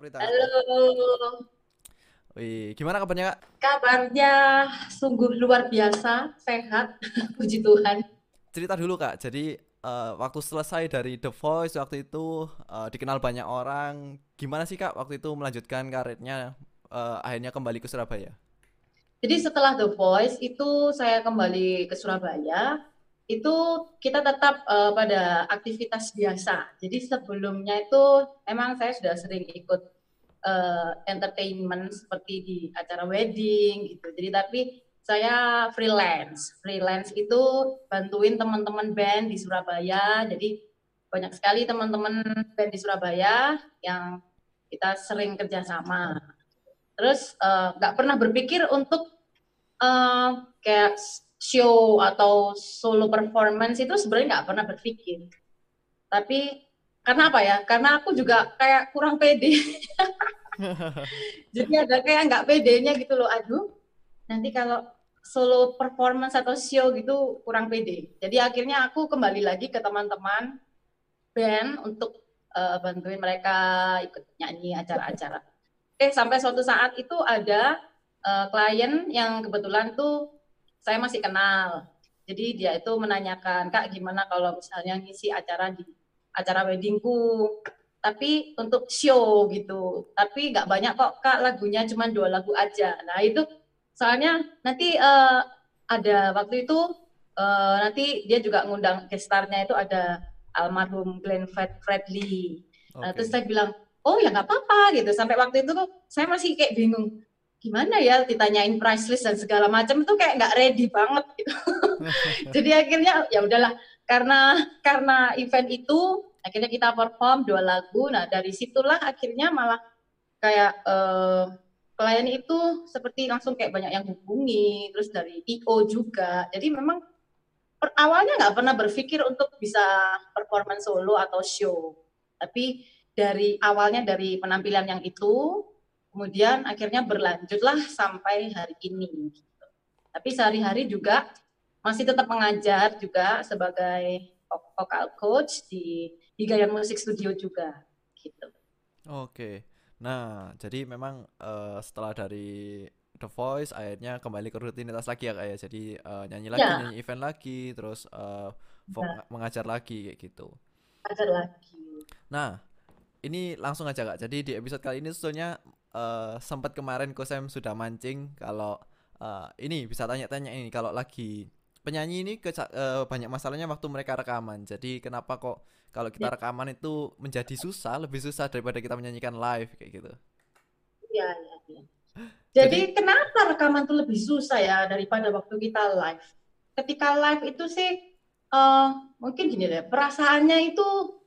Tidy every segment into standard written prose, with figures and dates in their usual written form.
Prita, Kak. Halo, Wih, gimana kabarnya, Kak? kabarnya sungguh luar biasa, sehat, puji Tuhan. Cerita dulu, Kak. Jadi, waktu selesai dari The Voice waktu itu dikenal banyak orang. Gimana sih, Kak, waktu itu melanjutkan karirnya akhirnya kembali ke Surabaya? Jadi setelah The Voice itu saya kembali ke Surabaya, itu kita tetap pada aktivitas biasa. Jadi sebelumnya itu emang saya sudah sering ikut entertainment seperti di acara wedding gitu. Jadi tapi saya freelance. Freelance itu bantuin teman-teman band di Surabaya. Jadi banyak sekali teman-teman band di Surabaya yang kita sering kerjasama. Terus nggak pernah berpikir untuk eh, kayak show atau solo performance itu sebenarnya nggak pernah berpikir. Tapi karena apa ya? Karena aku juga kayak kurang pede. Jadi ada kayak nggak pedenya gitu loh. Aduh, nanti kalau solo performance atau show gitu kurang pede. Jadi akhirnya aku kembali lagi ke teman-teman band untuk bantuin mereka ikut nyanyi acara-acara. Sampai suatu saat itu ada klien yang kebetulan tuh saya masih kenal. Jadi dia itu menanyakan, Kak gimana kalau misalnya ngisi acara di acara weddingku, tapi untuk show gitu. Tapi nggak banyak kok Kak, lagunya cuma 2 lagu aja. Nah itu soalnya nanti ada waktu itu nanti dia juga ngundang gestarnya itu ada almarhum Glenn Fredly. Nah, terus Oke. saya bilang, oh ya nggak apa-apa gitu. Sampai waktu itu tuh saya masih kayak bingung, gimana ya ditanyain price list dan segala macam itu kayak nggak ready banget gitu. Jadi akhirnya ya udahlah karena event itu akhirnya kita perform 2 lagu. Nah dari situlah akhirnya malah kayak klien itu seperti langsung kayak banyak yang hubungi, terus dari IO juga. Jadi memang awalnya nggak pernah berpikir untuk bisa performance solo atau show. Tapi dari awalnya dari penampilan yang itu, kemudian akhirnya berlanjutlah sampai hari ini. Tapi sehari-hari juga masih tetap mengajar juga sebagai vocal coach di Gayan Musik Studio juga gitu. Oke. Nah, jadi memang setelah dari The Voice akhirnya kembali ke rutinitas lagi ya, Kak ya. Jadi nyanyi lagi, Ya, nyanyi event lagi, terus ya, mengajar lagi kayak gitu. ajar lagi. Nah, ini langsung aja, Kak. Jadi di episode kali ini sebetulnya sempat kemarin Kosem sudah mancing kalau ini bisa tanya-tanya ini kalau lagi penyanyi ini banyak masalahnya waktu mereka rekaman. Jadi kenapa kok kalau Ya, kita rekaman itu menjadi susah, lebih susah daripada kita menyanyikan live kayak gitu. ya, ya, ya. Jadi Jadi kenapa rekaman itu lebih susah ya daripada waktu kita live? Ketika live itu sih uh, mungkin gini deh, perasaannya itu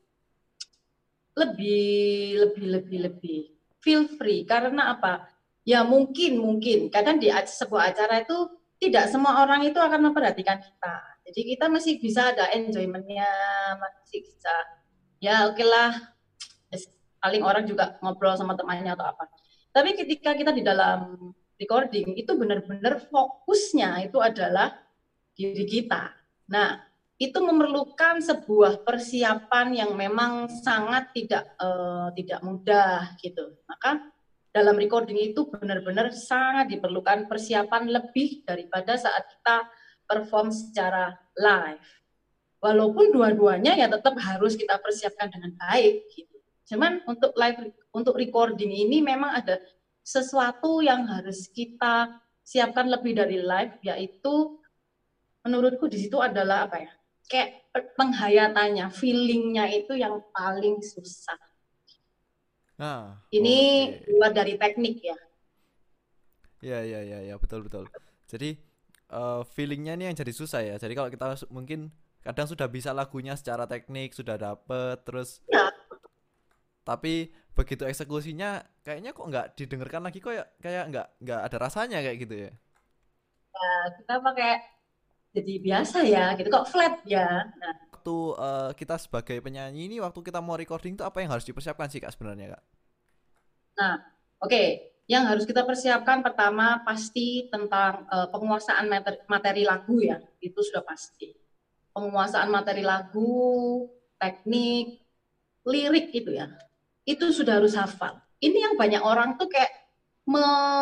lebih feel free karena apa? Ya mungkin kadang di sebuah acara itu tidak semua orang itu akan memperhatikan kita. Jadi kita masih bisa ada enjoymentnya, masih bisa ya oke lah, paling orang juga ngobrol sama temannya atau apa. Tapi ketika kita di dalam recording itu benar-benar fokusnya itu adalah diri kita. Nah, itu memerlukan sebuah persiapan yang memang sangat tidak mudah gitu. Maka dalam recording itu benar-benar sangat diperlukan persiapan lebih daripada saat kita perform secara live. Walaupun dua-duanya ya tetap harus kita persiapkan dengan baik gitu. Cuman untuk recording ini memang ada sesuatu yang harus kita siapkan lebih dari live, yaitu menurutku di situ adalah apa ya? Kayak penghayatannya, feelingnya itu yang paling susah. nah, Ini oke. luar dari teknik ya. Ya, ya, ya, ya, betul, betul. Jadi feelingnya ini yang jadi susah ya. Jadi kalau kita mungkin kadang sudah bisa lagunya secara teknik sudah dapet, terus Ya, tapi begitu eksekusinya kayaknya kok nggak didengarkan lagi, kok ya kayak nggak ada rasanya kayak gitu ya. kita pakai jadi biasa ya, gitu kok flat ya. Nah, Waktu kita sebagai penyanyi ini waktu kita mau recording itu apa yang harus dipersiapkan sih, Kak, sebenarnya, Kak? nah, oke. Yang harus kita persiapkan pertama pasti tentang penguasaan materi lagu ya, itu sudah pasti. Penguasaan materi lagu, teknik, lirik itu ya, itu sudah harus hafal. ini yang banyak orang tuh kayak me,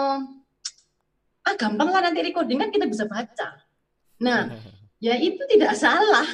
gampang lah nanti recording kan kita bisa baca. Nah, ya itu tidak salah.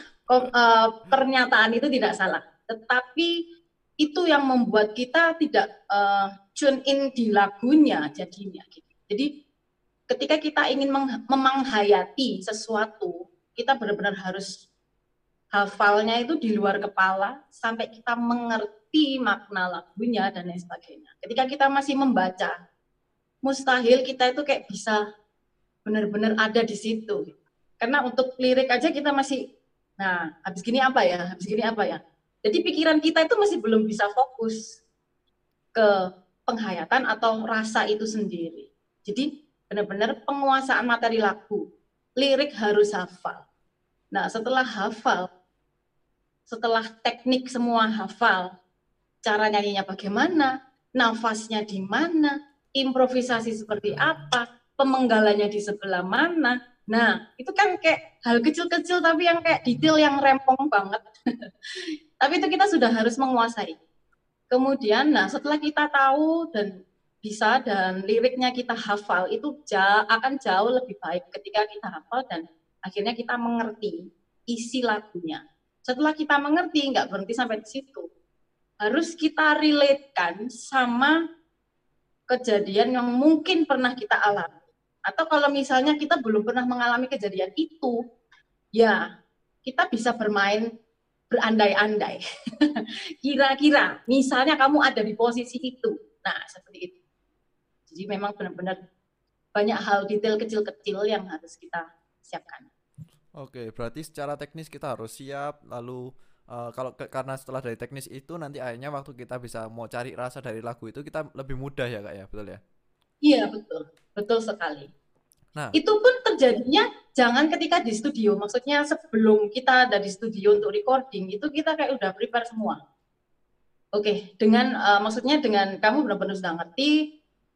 Pernyataan itu tidak salah. Tetapi itu yang membuat kita tidak tune in di lagunya jadinya. Gitu. Jadi ketika kita ingin menghayati sesuatu, kita benar-benar harus hafalnya itu di luar kepala sampai kita mengerti makna lagunya dan lain sebagainya. Ketika kita masih membaca, mustahil kita itu kayak bisa benar-benar ada di situ. Karena untuk lirik aja kita masih, nah habis gini apa ya, habis gini apa ya. Jadi pikiran kita itu masih belum bisa fokus ke penghayatan atau rasa itu sendiri. Jadi benar-benar penguasaan materi lagu, lirik harus hafal. Nah setelah hafal, setelah teknik semua hafal, cara nyanyinya bagaimana, nafasnya di mana, improvisasi seperti apa, pemenggalannya di sebelah mana. Nah, itu kan kayak hal kecil-kecil tapi yang kayak detail yang rempong banget. Tapi itu kita sudah harus menguasai. Kemudian, nah setelah kita tahu dan bisa dan liriknya kita hafal, itu akan jauh lebih baik ketika kita hafal dan akhirnya kita mengerti isi lagunya. Setelah kita mengerti, nggak berhenti sampai di situ. Harus kita relate-kan sama kejadian yang mungkin pernah kita alami. Atau kalau misalnya kita belum pernah mengalami kejadian itu, ya kita bisa bermain berandai-andai. Kira-kira, misalnya kamu ada di posisi itu. Nah, seperti itu. Jadi memang benar-benar banyak hal detail kecil-kecil yang harus kita siapkan. Oke, berarti secara teknis kita harus siap. Lalu kalau karena setelah dari teknis itu nanti akhirnya waktu kita bisa mau cari rasa dari lagu itu kita lebih mudah ya kak ya, betul ya? Iya, betul. Betul sekali. Nah, Itu pun terjadinya jangan ketika di studio. Maksudnya sebelum kita ada di studio untuk recording, itu kita kayak udah prepare semua. Oke, dengan maksudnya dengan kamu benar-benar sudah ngerti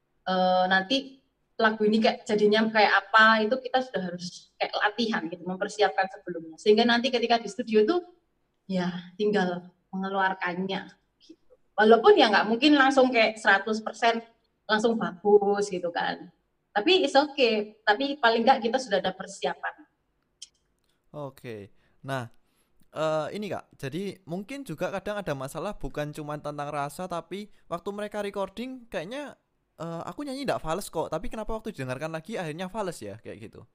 nanti lagu ini kayak jadinya kayak apa, itu kita sudah harus kayak latihan gitu, mempersiapkan sebelumnya. Sehingga nanti ketika di studio tuh ya tinggal mengeluarkannya gitu. Walaupun ya nggak mungkin langsung kayak 100% langsung bagus gitu kan. Tapi it's okay, tapi paling nggak kita sudah ada persiapan. oke. Nah, ini kak, jadi mungkin juga kadang ada masalah bukan cuma tentang rasa tapi waktu mereka recording kayaknya aku nyanyi nggak fales kok, tapi kenapa waktu didengarkan lagi akhirnya fales ya kayak gitu?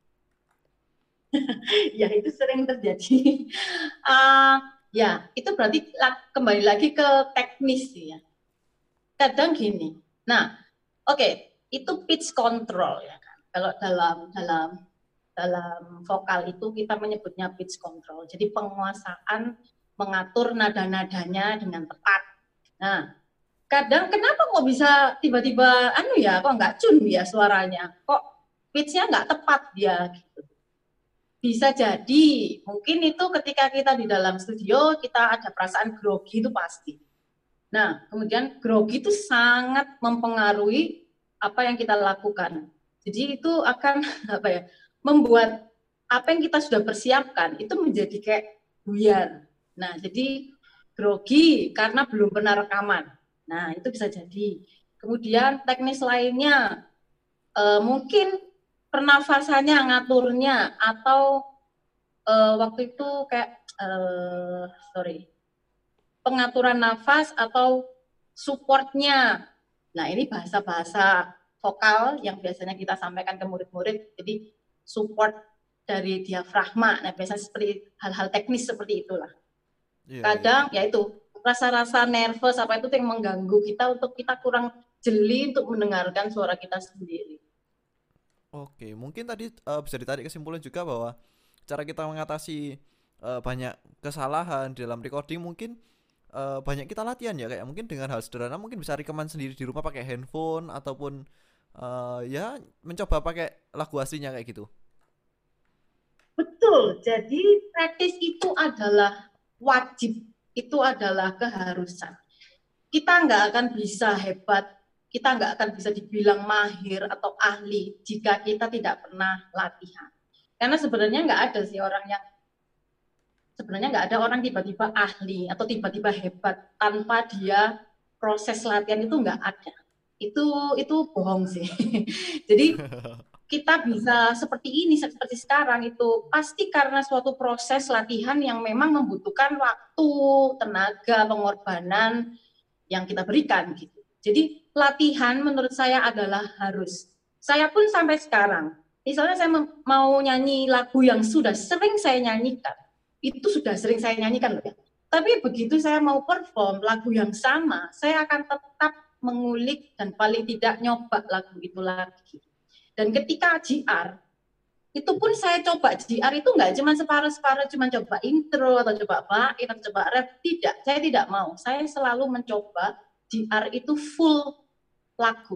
Ya itu sering terjadi. uh, ya itu berarti kembali lagi ke teknis ya. Kadang gini. Nah, oke, itu pitch control ya kan. Kalau dalam vokal itu kita menyebutnya pitch control. Jadi penguasaan mengatur nada-nadanya dengan tepat. Nah, kadang kenapa kok bisa tiba-tiba kok nggak cun ya suaranya, kok pitch-nya nggak tepat dia gitu. Bisa jadi mungkin itu ketika kita di dalam studio kita ada perasaan grogi itu pasti. Nah, kemudian grogi itu sangat mempengaruhi apa yang kita lakukan. Jadi itu akan apa ya, membuat apa yang kita sudah persiapkan itu menjadi kayak buyar. Nah, jadi grogi karena belum pernah rekaman. Nah, itu bisa jadi. Kemudian teknis lainnya mungkin pernafasannya, ngaturnya, atau waktu itu kayak pengaturan nafas atau supportnya. Nah, ini bahasa-bahasa vokal yang biasanya kita sampaikan ke murid-murid. Jadi support dari diafragma. Nah, biasanya seperti hal-hal teknis seperti itulah. Iya, iya. Kadang ya itu rasa-rasa nervous apa itu yang mengganggu kita untuk kita kurang jeli untuk mendengarkan suara kita sendiri. Oke, mungkin tadi bisa ditarik kesimpulan juga bahwa cara kita mengatasi banyak kesalahan dalam recording mungkin banyak kita latihan ya kayak mungkin dengan hal sederhana mungkin bisa rekaman sendiri di rumah pakai handphone ataupun ya mencoba pakai lagu aslinya kayak gitu. Betul, jadi praktis itu adalah wajib, itu adalah keharusan. Kita nggak akan bisa hebat, kita nggak akan bisa dibilang mahir atau ahli jika kita tidak pernah latihan. Karena sebenarnya nggak ada sih orang yang, sebenarnya nggak ada orang tiba-tiba ahli atau tiba-tiba hebat tanpa dia proses latihan itu nggak ada. Itu bohong sih. Jadi kita bisa seperti ini, seperti sekarang itu pasti karena suatu proses latihan yang memang membutuhkan waktu, tenaga, pengorbanan yang kita berikan gitu. Jadi latihan menurut saya adalah harus. Saya pun sampai sekarang, misalnya saya mau nyanyi lagu yang sudah sering saya nyanyikan, itu sudah sering saya nyanyikan loh ya. Tapi begitu saya mau perform lagu yang sama, saya akan tetap mengulik dan paling tidak nyoba lagu itu lagi. Dan ketika GR, itu pun saya coba GR itu nggak cuma separuh-separuh, cuma coba intro atau coba bait atau coba rap, tidak. Saya tidak mau. Saya selalu mencoba GR itu full lagu.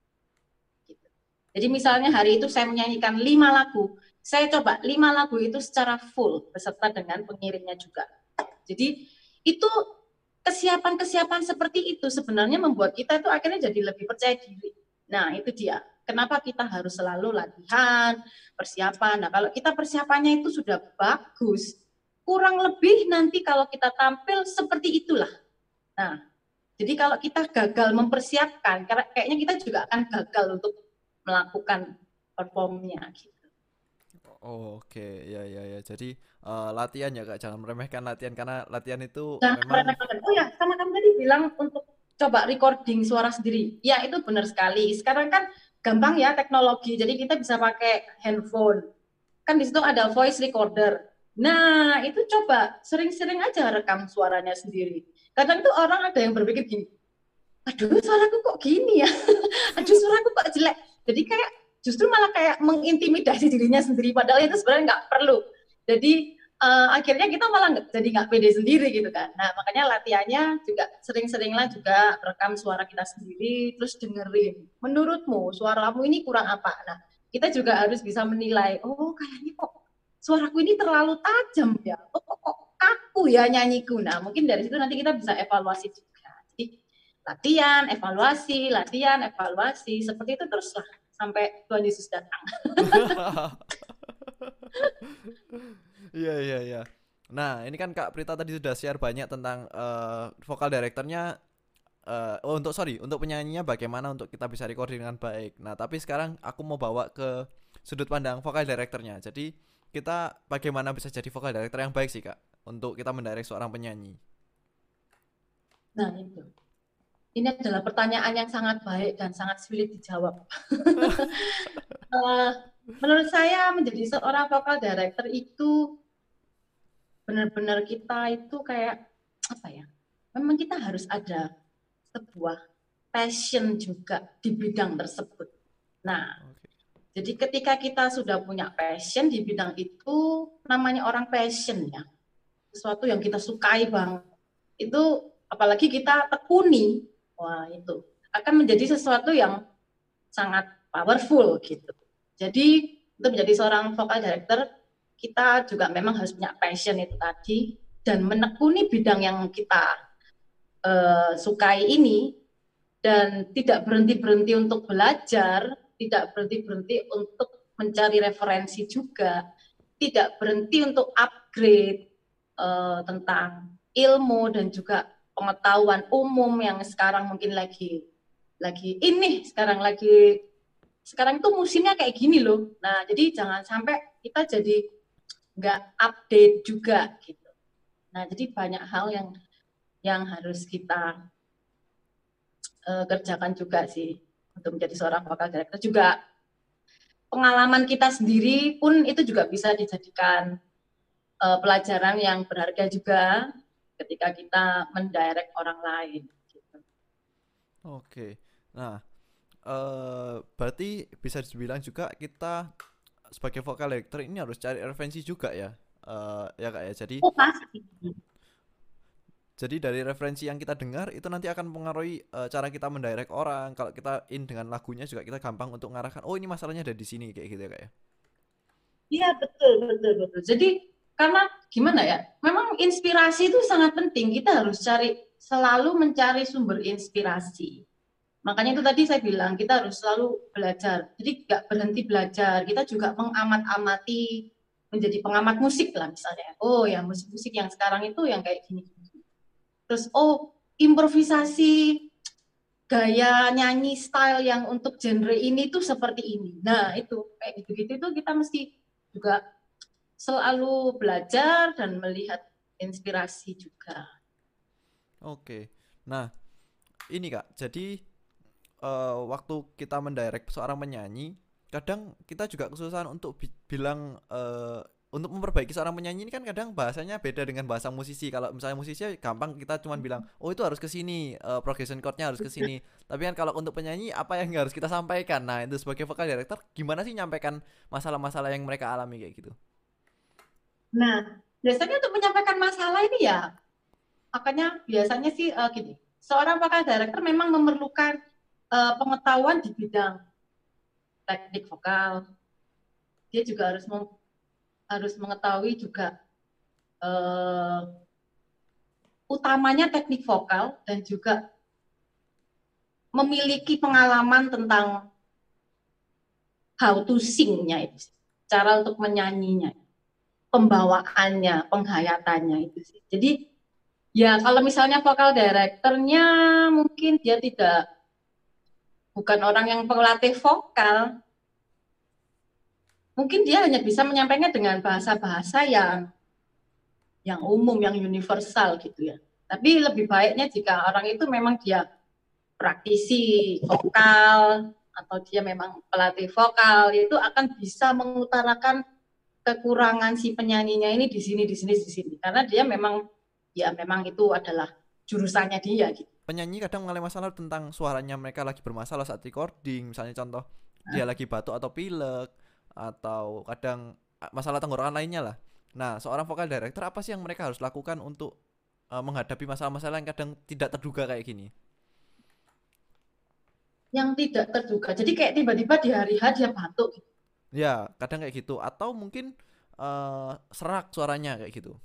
Jadi misalnya hari itu saya menyanyikan 5 lagu, saya coba 5 lagu itu secara full beserta dengan pengiringnya juga. Jadi itu kesiapan-kesiapan seperti itu sebenarnya membuat kita itu akhirnya jadi lebih percaya diri. Nah, itu dia. Kenapa kita harus selalu latihan, persiapan. Nah, kalau kita persiapannya itu sudah bagus, kurang lebih nanti kalau kita tampil seperti itulah. Nah, jadi kalau kita gagal mempersiapkan, kayaknya kita juga akan gagal untuk melakukan performnya gitu. Oh, oke, ya ya ya. Jadi latihan ya Kak, jangan meremehkan latihan karena latihan itu Nah, memang oh ya, sama kamu tadi bilang untuk coba recording suara sendiri. Ya, itu benar sekali. Sekarang kan gampang ya teknologi, jadi kita bisa pakai handphone. Kan di situ ada voice recorder. Nah, itu coba sering-sering aja rekam suaranya sendiri. Kadang itu orang ada yang berpikir gini, aduh suaraku kok gini ya, aduh suaraku kok jelek. Jadi kayak justru malah kayak mengintimidasi dirinya sendiri, padahal itu sebenarnya nggak perlu. Jadi akhirnya kita malah jadi nggak pede sendiri gitu kan. Nah makanya latihannya juga sering-seringlah juga rekam suara kita sendiri, terus dengerin. Menurutmu suaramu ini kurang apa? Nah kita juga harus bisa menilai, oh kayaknya kok suaraku ini terlalu tajam ya, oh kok kaku ya nyanyiku. Nah mungkin dari situ nanti kita bisa evaluasi juga. Jadi latihan, evaluasi, seperti itu teruslah sampai Tuhan Yesus datang. iya iya iya. Nah, ini kan Kak Prita tadi sudah share banyak tentang vokal directornya untuk penyanyinya bagaimana untuk kita bisa recording dengan baik. Nah, tapi sekarang aku mau bawa ke sudut pandang vokal directornya. Jadi, kita bagaimana bisa jadi vokal director yang baik sih, Kak, untuk kita mendirect seorang penyanyi. Nah, itu. Ini adalah pertanyaan yang sangat baik dan sangat sulit dijawab. Menurut saya menjadi seorang vokal director itu benar-benar kita itu kayak apa ya? Memang kita harus ada sebuah passion juga di bidang tersebut. Nah, Oke. jadi ketika kita sudah punya passion di bidang itu, namanya orang passion ya, sesuatu yang kita sukai banget. Itu apalagi kita tekuni, wah itu akan menjadi sesuatu yang sangat powerful gitu. Jadi untuk menjadi seorang vocal director, kita juga memang harus punya passion itu tadi dan menekuni bidang yang kita sukai ini dan tidak berhenti-berhenti untuk belajar, tidak berhenti-berhenti untuk mencari referensi juga, tidak berhenti untuk upgrade tentang ilmu dan juga pengetahuan umum yang sekarang mungkin lagi sekarang itu musimnya kayak gini loh. Nah, jadi jangan sampai kita jadi nggak update juga gitu. Nah, jadi banyak hal yang harus kita kerjakan juga sih untuk menjadi seorang vocal director. Juga pengalaman kita sendiri pun itu juga bisa dijadikan pelajaran yang berharga juga ketika kita mendirect orang lain. Gitu. Oke. Nah, berarti bisa dibilang juga kita sebagai vokal director ini harus cari referensi juga ya. Ya Kak ya. Jadi Oh pasti. Jadi dari referensi yang kita dengar itu nanti akan mempengaruhi cara kita mendirect orang. Kalau kita in dengan lagunya juga kita gampang untuk mengarahkan. Oh ini masalahnya ada di sini kayak gitu ya kak ya. Iya betul betul betul. Jadi karena gimana ya? Memang inspirasi itu sangat penting. Kita harus selalu mencari sumber inspirasi. Makanya itu tadi saya bilang kita harus selalu belajar. Jadi nggak berhenti belajar. Kita juga mengamat-amati, menjadi pengamat musik lah misalnya. Oh ya musik-musik yang sekarang itu yang kayak gini. Terus oh improvisasi gaya nyanyi style yang untuk genre ini tuh seperti ini. Nah, itu kayak gitu-gitu tuh kita mesti juga selalu belajar dan melihat inspirasi juga. Oke. Nah, ini Kak, jadi waktu kita mendirect seorang penyanyi, kadang kita juga kesusahan untuk bilang untuk memperbaiki seorang penyanyi ini kan kadang bahasanya beda dengan bahasa musisi. Kalau misalnya musisi gampang kita cuman bilang, "Oh, itu harus ke sini, progression chordnya harus ke sini." Tapi kan kalau untuk penyanyi apa yang harus kita sampaikan? Nah, itu sebagai vocal director gimana sih nyampaikan masalah-masalah yang mereka alami kayak gitu? Nah, biasanya untuk menyampaikan masalah ini ya, makanya biasanya sih gini, seorang vocal director memang memerlukan pengetahuan di bidang teknik vokal. Dia juga harus mengetahui juga utamanya teknik vokal dan juga memiliki pengalaman tentang how to sing-nya itu, cara untuk menyanyinya, pembawaannya, penghayatannya itu sih. Jadi ya kalau misalnya vokal directornya mungkin dia bukan orang yang pelatih vokal, mungkin dia hanya bisa menyampaikannya dengan bahasa-bahasa yang umum, yang universal gitu ya. Tapi lebih baiknya jika orang itu memang dia praktisi vokal atau dia memang pelatih vokal, itu akan bisa mengutarakan kekurangan si penyanyinya ini di sini, di sini, di sini. Karena dia memang ya memang itu adalah jurusannya dia gitu. Penyanyi kadang mengalami masalah tentang suaranya mereka lagi bermasalah saat recording, misalnya contoh dia lagi batuk atau pilek atau kadang masalah tenggorokan lainnya lah. Nah, seorang vocal director apa sih yang mereka harus lakukan untuk menghadapi masalah-masalah yang kadang tidak terduga kayak gini? Yang tidak terduga. Jadi kayak tiba-tiba di hari H dia batuk gitu. Ya, kadang kayak gitu atau mungkin serak suaranya kayak gitu.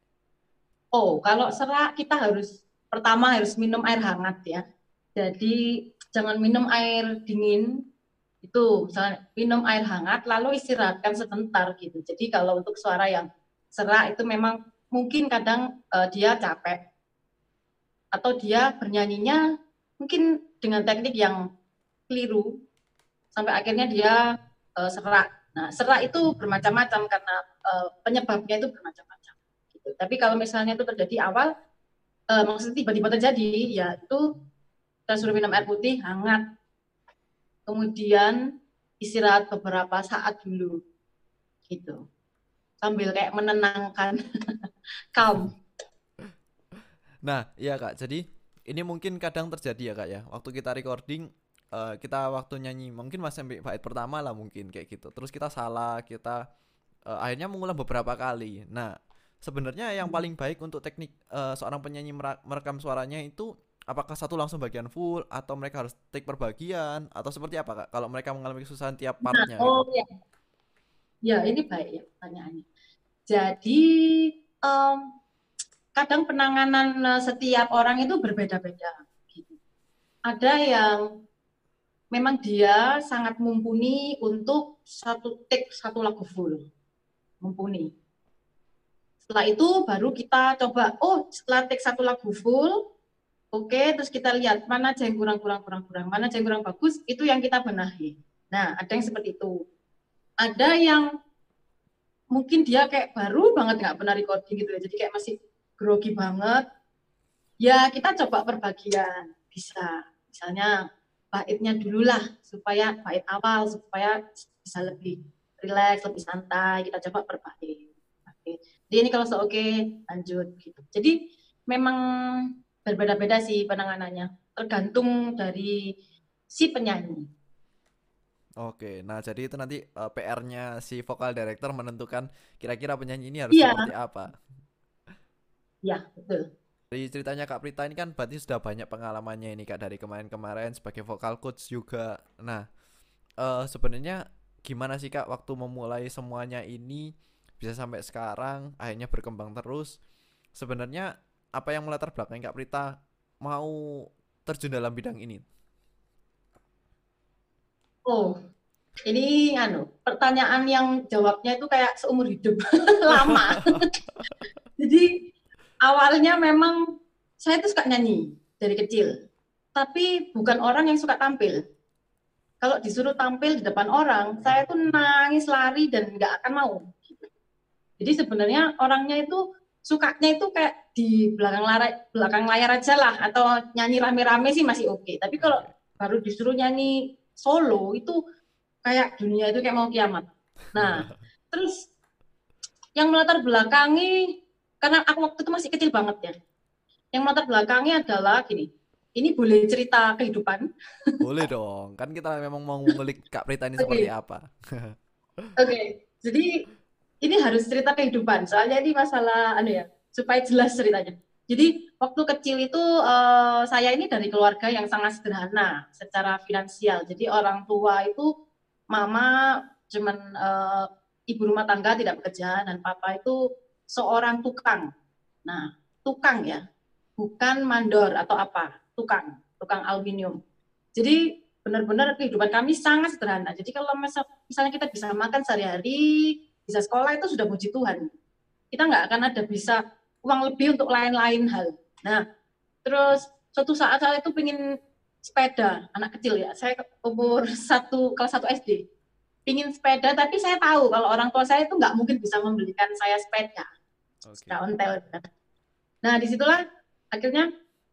Oh, kalau serak kita pertama harus minum air hangat ya. Jadi jangan minum air dingin, itu misalnya minum air hangat lalu istirahatkan sebentar gitu. Jadi kalau untuk suara yang serak itu memang mungkin kadang dia capek atau dia bernyanyinya mungkin dengan teknik yang keliru sampai akhirnya dia serak. Nah, serak itu bermacam-macam karena penyebabnya itu bermacam-macam. Gitu. Tapi kalau misalnya itu terjadi awal, maksudnya tiba-tiba terjadi, ya itu kita suruh minum air putih hangat, kemudian istirahat beberapa saat dulu, gitu. Sambil kayak menenangkan, calm. Nah, iya Kak. Jadi ini mungkin kadang terjadi ya Kak ya. Waktu kita recording kita waktu nyanyi mungkin masih sampai bait pertama lah mungkin kayak gitu. Terus kita salah, kita akhirnya mengulang beberapa kali. Nah, sebenarnya yang paling baik untuk teknik seorang penyanyi merekam suaranya itu apakah satu langsung bagian full atau mereka harus take per bagian atau seperti apa Kak? Kalau mereka mengalami kesusahan tiap Nah, partnya gitu. oh ya, ya ini baik ya pertanyaannya. Jadi um, kadang penanganan setiap orang itu berbeda-beda. Gitu. Ada yang memang dia sangat mumpuni untuk satu take satu lagu full, mumpuni. Setelah itu baru kita coba, oh setelah take satu lagu full, oke, terus kita lihat mana aja yang kurang, mana aja yang kurang bagus, itu yang kita benahi. Nah, ada yang seperti itu. Ada yang mungkin dia kayak baru banget nggak pernah recording gitu ya, jadi kayak masih grogi banget. Ya kita coba perbagian, bisa. Misalnya baitnya dulu lah, supaya bait awal, supaya bisa lebih rileks, lebih santai, kita coba perbait. Jadi ini kalau oke lanjut gitu. Jadi memang berbeda-beda sih penanganannya, tergantung dari si penyanyi. Oke, nah jadi itu nanti PR-nya si vocal director menentukan kira-kira penyanyi ini harus Iya, seperti apa. ya betul. Dari ceritanya Kak Prita ini kan berarti sudah banyak pengalamannya ini Kak dari kemarin-kemarin sebagai vocal coach juga. Nah, sebenarnya gimana sih Kak waktu memulai semuanya ini bisa sampai sekarang akhirnya berkembang terus. Sebenarnya apa yang melatar belakang Kak Prita mau terjun dalam bidang ini? Oh, ini pertanyaan yang jawabnya itu kayak seumur hidup lama. Jadi awalnya memang saya tuh suka nyanyi dari kecil. tapi bukan orang yang suka tampil. Kalau disuruh tampil di depan orang, saya tuh nangis lari dan nggak akan mau. Jadi sebenarnya orangnya itu sukanya itu kayak di belakang layar aja lah, atau nyanyi rame-rame sih masih oke. Tapi kalau Oke. baru disuruh nyanyi solo itu kayak dunia itu kayak mau kiamat. Nah, terus yang melatar belakangi, karena aku waktu itu masih kecil banget ya. Yang melatar belakangi adalah gini. Ini boleh cerita kehidupan. Boleh dong. Kan kita memang mau ngulik Kak Prita ini seperti Oke, apa. oke. Jadi ini harus cerita kehidupan. Soalnya ini masalah anu ya, supaya jelas ceritanya. Jadi waktu kecil itu saya ini dari keluarga yang sangat sederhana secara finansial. Jadi orang tua itu mama cuman ibu rumah tangga tidak bekerja dan papa itu seorang tukang. Nah, tukang ya, bukan mandor atau apa, tukang aluminium. Jadi benar-benar kehidupan kami sangat sederhana. Jadi kalau misalnya kita bisa makan sehari-hari, bisa sekolah itu sudah puji Tuhan. Kita nggak akan ada bisa uang lebih untuk lain-lain hal. Nah, terus suatu saat saya itu pingin sepeda, anak kecil ya, saya umur kelas 1 SD. Pingin sepeda, tapi saya tahu kalau orang tua saya itu nggak mungkin bisa membelikan saya sepeda. Oke. Sepeda ontel. Nah, disitulah akhirnya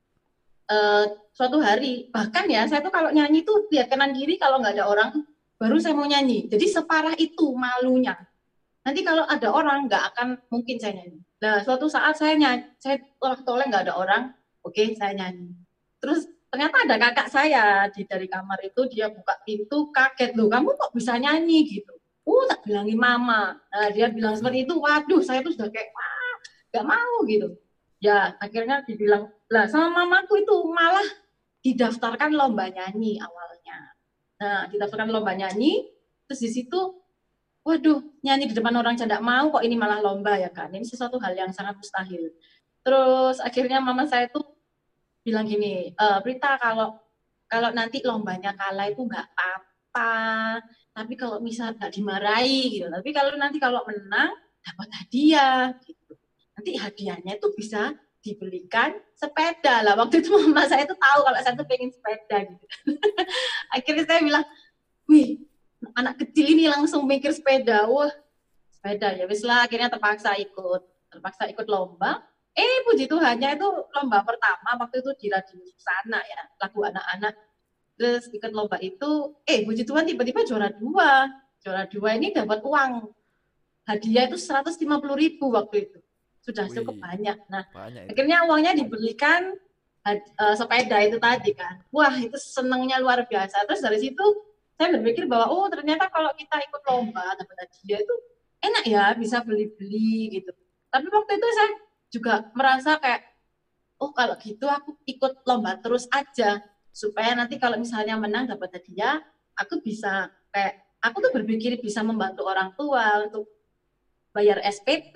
suatu hari, bahkan ya saya tuh kalau nyanyi tuh lihat kanan kiri kalau nggak ada orang, baru saya mau nyanyi. Jadi separah itu malunya. Nanti kalau ada orang nggak akan mungkin saya nyanyi. Nah, suatu saat saya nyanyi, saya toleh nggak ada orang, oke saya nyanyi. Terus ternyata ada kakak saya dari kamar itu, dia buka pintu, kaget loh, kamu kok bisa nyanyi gitu. Tak bilangin mama. Nah, dia bilang seperti itu, waduh saya tuh sudah kayak wah nggak mau gitu. Ya akhirnya dibilang lah sama mamaku itu malah didaftarkan lomba nyanyi awalnya. Nah, didaftarkan lomba nyanyi, terus di situ waduh, nyanyi di depan orang tidak mau kok ini malah lomba ya kan. Ini sesuatu hal yang sangat mustahil. Terus akhirnya mama saya tuh bilang gini, Prita kalau kalau nanti lombanya kalah itu nggak apa-apa. Tapi kalau misal nggak dimarahi gitu. Tapi kalau nanti kalau menang dapat hadiah gitu. Nanti hadiahnya itu bisa dibelikan sepeda lah. Waktu itu mama saya tuh tahu kalau saya tuh pengen sepeda gitu. Akhirnya saya bilang, wih, anak kecil ini langsung mikir sepeda. Wah, sepeda ya wis lah, akhirnya terpaksa ikut lomba. Puji Tuhannya itu lomba pertama waktu itu di Radio Susana ya, lagu anak-anak. Terus ikut lomba itu, puji Tuhan tiba-tiba juara dua ini dapat uang hadiah itu 150.000 waktu itu, sudah cukup Wih, banyak. Nah, banyak itu. akhirnya uangnya dibelikan sepeda itu tadi kan. Wah, itu senangnya luar biasa. Terus dari situ saya berpikir bahwa ternyata kalau kita ikut lomba dapat hadiah itu enak ya, bisa beli-beli gitu. Tapi waktu itu saya juga merasa kayak kalau gitu aku ikut lomba terus aja supaya nanti kalau misalnya menang dapat hadiah, aku bisa kayak aku tuh berpikir bisa membantu orang tua untuk bayar SPP,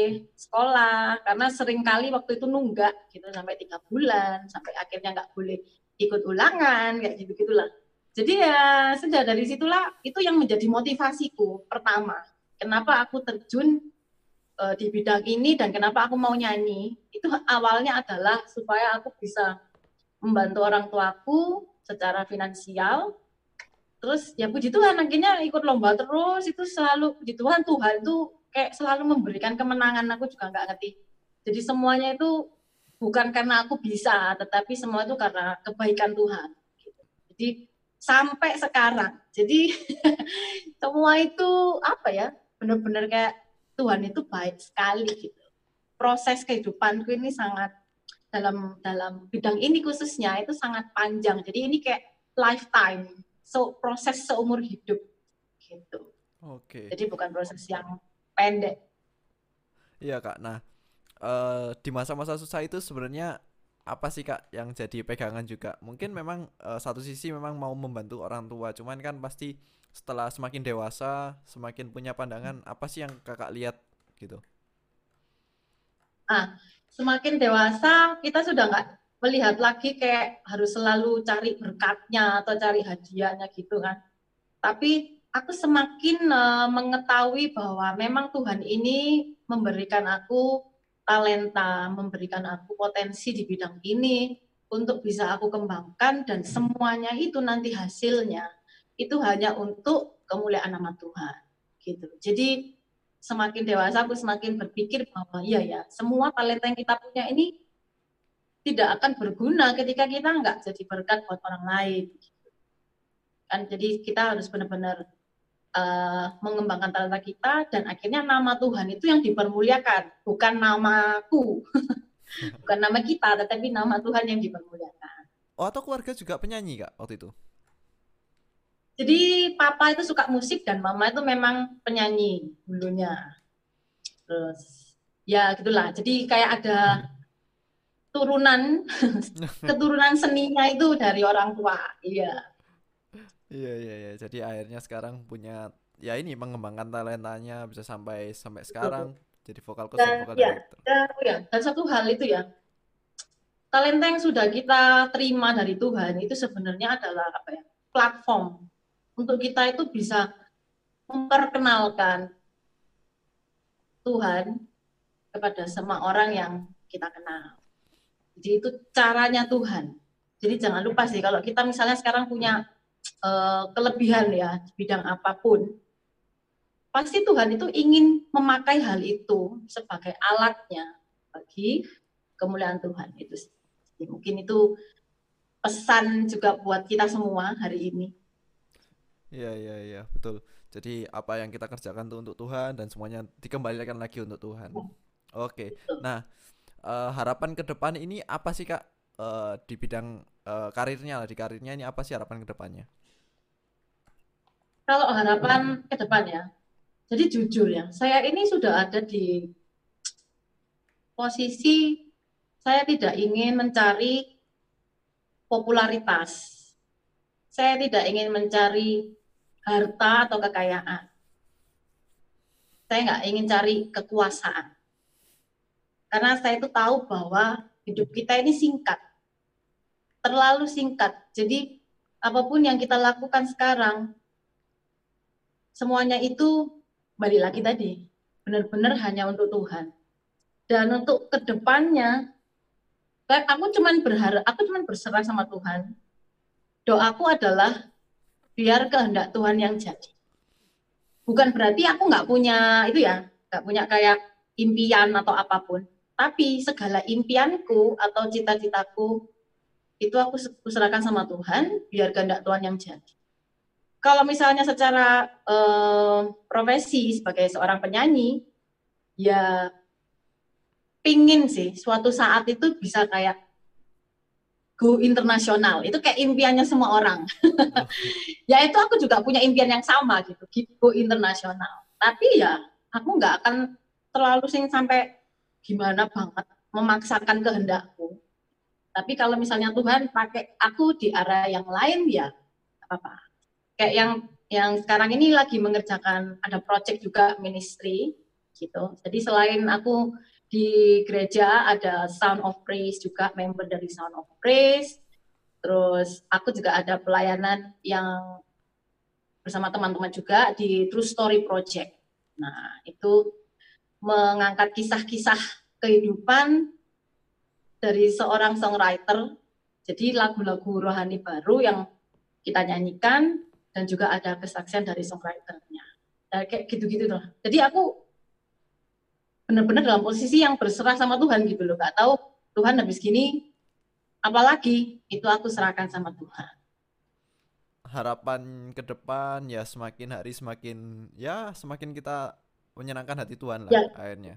sekolah, karena sering kali waktu itu nunggak gitu sampai 3 bulan, sampai akhirnya nggak boleh ikut ulangan, kayak gitu-gitulah. Jadi ya sudah dari situlah itu yang menjadi motivasiku pertama. Kenapa aku terjun di bidang ini dan kenapa aku mau nyanyi, itu awalnya adalah supaya aku bisa membantu orang tuaku secara finansial. Terus ya puji Tuhan akhirnya ikut lomba terus, itu selalu puji Tuhan, Tuhan tuh kayak selalu memberikan kemenangan, aku juga nggak ngerti. Jadi semuanya itu bukan karena aku bisa, tetapi semua itu karena kebaikan Tuhan. Jadi sampai sekarang, jadi semua itu apa ya, benar-benar kayak Tuhan itu baik sekali gitu. Proses kehidupanku ini sangat dalam dalam bidang ini khususnya itu sangat panjang. Jadi ini kayak lifetime, proses seumur hidup gitu. Oke. Jadi bukan proses yang pendek. Iya, Kak. Nah, di masa-masa susah itu sebenarnya apa sih, Kak, yang jadi pegangan juga? Mungkin memang satu sisi memang mau membantu orang tua, cuman kan pasti setelah semakin dewasa, semakin punya pandangan, apa sih yang Kakak lihat gitu? Semakin dewasa kita sudah nggak melihat lagi kayak harus selalu cari berkatnya atau cari hadiahnya gitu kan. Tapi aku semakin mengetahui bahwa memang Tuhan ini memberikan aku talenta, memberikan aku potensi di bidang ini. untuk bisa aku kembangkan, dan semuanya itu nanti hasilnya itu hanya untuk kemuliaan nama Tuhan gitu. Jadi semakin dewasa aku semakin berpikir bahwa iya ya, semua talenta yang kita punya ini tidak akan berguna ketika kita nggak jadi berkat buat orang lain kan. Jadi kita harus benar-benar mengembangkan talenta kita, dan akhirnya nama Tuhan itu yang dipermuliakan, bukan namaku. Bukan nama kita, tetapi nama Tuhan yang dipermuliakan. Oh, atau keluarga juga penyanyi Kak waktu itu? Jadi papa itu suka musik dan mama itu memang penyanyi dulunya. Terus ya gitulah. Jadi kayak ada turunan keturunan seninya itu dari orang tua. Iya. Iya iya iya. Jadi akhirnya sekarang punya ya ini mengembangkan talentanya bisa sampai sampai sekarang Betul. jadi vokal coach dan Dan vokal ya, director. dan satu hal itu ya, talenta yang sudah kita terima dari Tuhan itu sebenarnya adalah apa ya? Platform untuk kita itu bisa memperkenalkan Tuhan kepada semua orang yang kita kenal. Jadi itu caranya Tuhan. Jadi jangan lupa sih, kalau kita misalnya sekarang punya kelebihan ya di bidang apapun, pasti Tuhan itu ingin memakai hal itu sebagai alatnya bagi kemuliaan Tuhan itu. Jadi mungkin itu pesan juga buat kita semua hari ini. Iya iya iya betul. Jadi apa yang kita kerjakan tuh untuk Tuhan dan semuanya dikembalikan lagi untuk Tuhan. Oke. Nah, harapan ke depan ini apa sih Kak? Di bidang karirnya lah, di karirnya ini apa sih harapan ke depannya? Kalau harapan ke depan ya, jadi jujur ya, saya ini sudah ada di posisi saya tidak ingin mencari popularitas. Saya tidak ingin mencari harta atau kekayaan. Saya nggak ingin cari kekuasaan. Karena saya itu tahu bahwa hidup kita ini singkat, terlalu singkat. Jadi apapun yang kita lakukan sekarang, semuanya itu balik lagi tadi, benar-benar hanya untuk Tuhan. Dan untuk kedepannya, aku cuman berharap, aku cuman berserah sama Tuhan. Doaku adalah biar kehendak Tuhan yang jadi. Bukan berarti aku nggak punya itu ya, nggak punya kayak impian atau apapun. Tapi segala impianku atau cita-citaku itu aku serahkan sama Tuhan, biar kehendak Tuhan yang jadi. Kalau misalnya secara profesi sebagai seorang penyanyi, ya pingin sih suatu saat itu bisa kayak go internasional. Itu kayak impiannya semua orang. Oke. Ya itu aku juga punya impian yang sama gitu, go internasional. Tapi ya aku nggak akan terlalu sing sampai gimana banget memaksakan kehendakku. Tapi kalau misalnya Tuhan pakai aku di arah yang lain, ya apa-apa. Kayak yang sekarang ini lagi mengerjakan, ada project juga ministry gitu. Jadi selain aku di gereja ada Sound of Praise juga, member dari Sound of Praise. Terus aku juga ada pelayanan yang bersama teman-teman juga di True Story Project. Nah, itu mengangkat kisah-kisah kehidupan dari seorang songwriter. Jadi lagu-lagu rohani baru yang kita nyanyikan, dan juga ada kesaksian dari songwriternya. Nah, kayak gitu-gitu tuh. Jadi aku benar-benar dalam posisi yang berserah sama Tuhan gitu loh. Gak tahu Tuhan habis gini apalagi, itu aku serahkan sama Tuhan. Harapan ke depan ya semakin hari semakin ya semakin kita menyenangkan hati Tuhan lah Ya, akhirnya.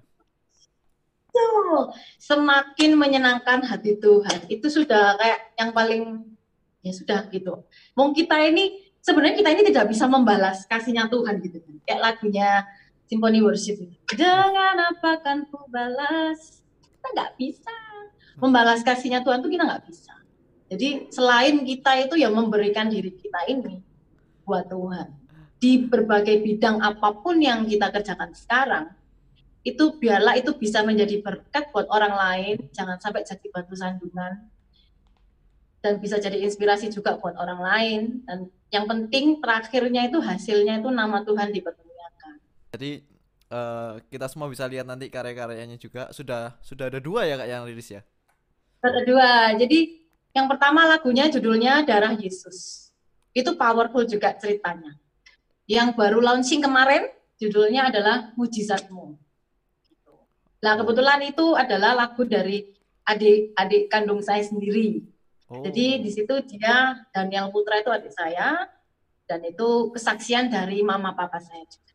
semakin menyenangkan hati Tuhan. Itu sudah kayak yang paling, ya sudah gitu. Mau kita ini, sebenarnya kita ini tidak bisa membalas kasihnya Tuhan gitu kan. Kayak lagunya Symphony Worship. Dengan apa kan ku balas? Kita nggak bisa membalas kasihnya Tuhan, tuh kita nggak bisa. Jadi selain kita itu yang memberikan diri kita ini buat Tuhan. Di berbagai bidang apapun yang kita kerjakan sekarang, itu biarlah itu bisa menjadi berkat buat orang lain, jangan sampai jadi batu sandungan, dan bisa jadi inspirasi juga buat orang lain. Dan yang penting terakhirnya itu hasilnya itu nama Tuhan dipermuliakan. Jadi kita semua bisa lihat nanti karya-karyanya juga sudah ada dua ya Kak yang rilis ya. Kedua, jadi Yang pertama lagunya judulnya Darah Yesus. Itu powerful juga ceritanya. Yang baru launching kemarin judulnya adalah Mujizatmu. Nah, Oh. kebetulan itu adalah lagu dari adik kandung saya sendiri. Jadi di Oh. situ dia, Daniel Putra itu adik saya, dan itu kesaksian dari mama papa saya juga.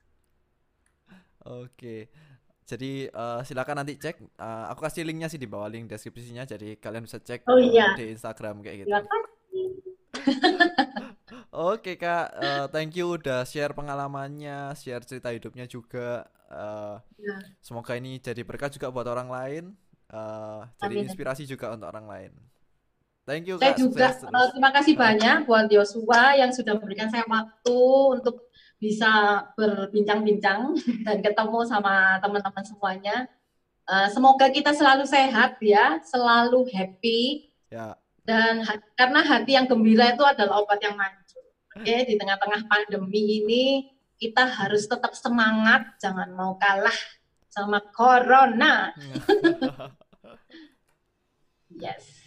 Oke. Jadi silakan nanti cek. Aku kasih linknya sih di bawah, link deskripsinya. Jadi kalian bisa cek Oh iya, di Instagram kayak gitu. terima kasih. Oke Kak, thank you udah share pengalamannya, share cerita hidupnya juga. Ya, Semoga ini jadi berkat juga buat orang lain. Jadi amin. inspirasi juga untuk orang lain. Thank you Saya Kak, juga sukses terus. terima kasih Hah? banyak buat Yosua yang sudah memberikan saya waktu untuk bisa berbincang-bincang dan ketemu sama teman-teman semuanya. Semoga kita selalu sehat ya, selalu happy Ya, dan karena hati yang gembira itu adalah obat yang manjur. Oke, di tengah-tengah pandemi ini kita harus tetap semangat, jangan mau kalah sama corona. Yes.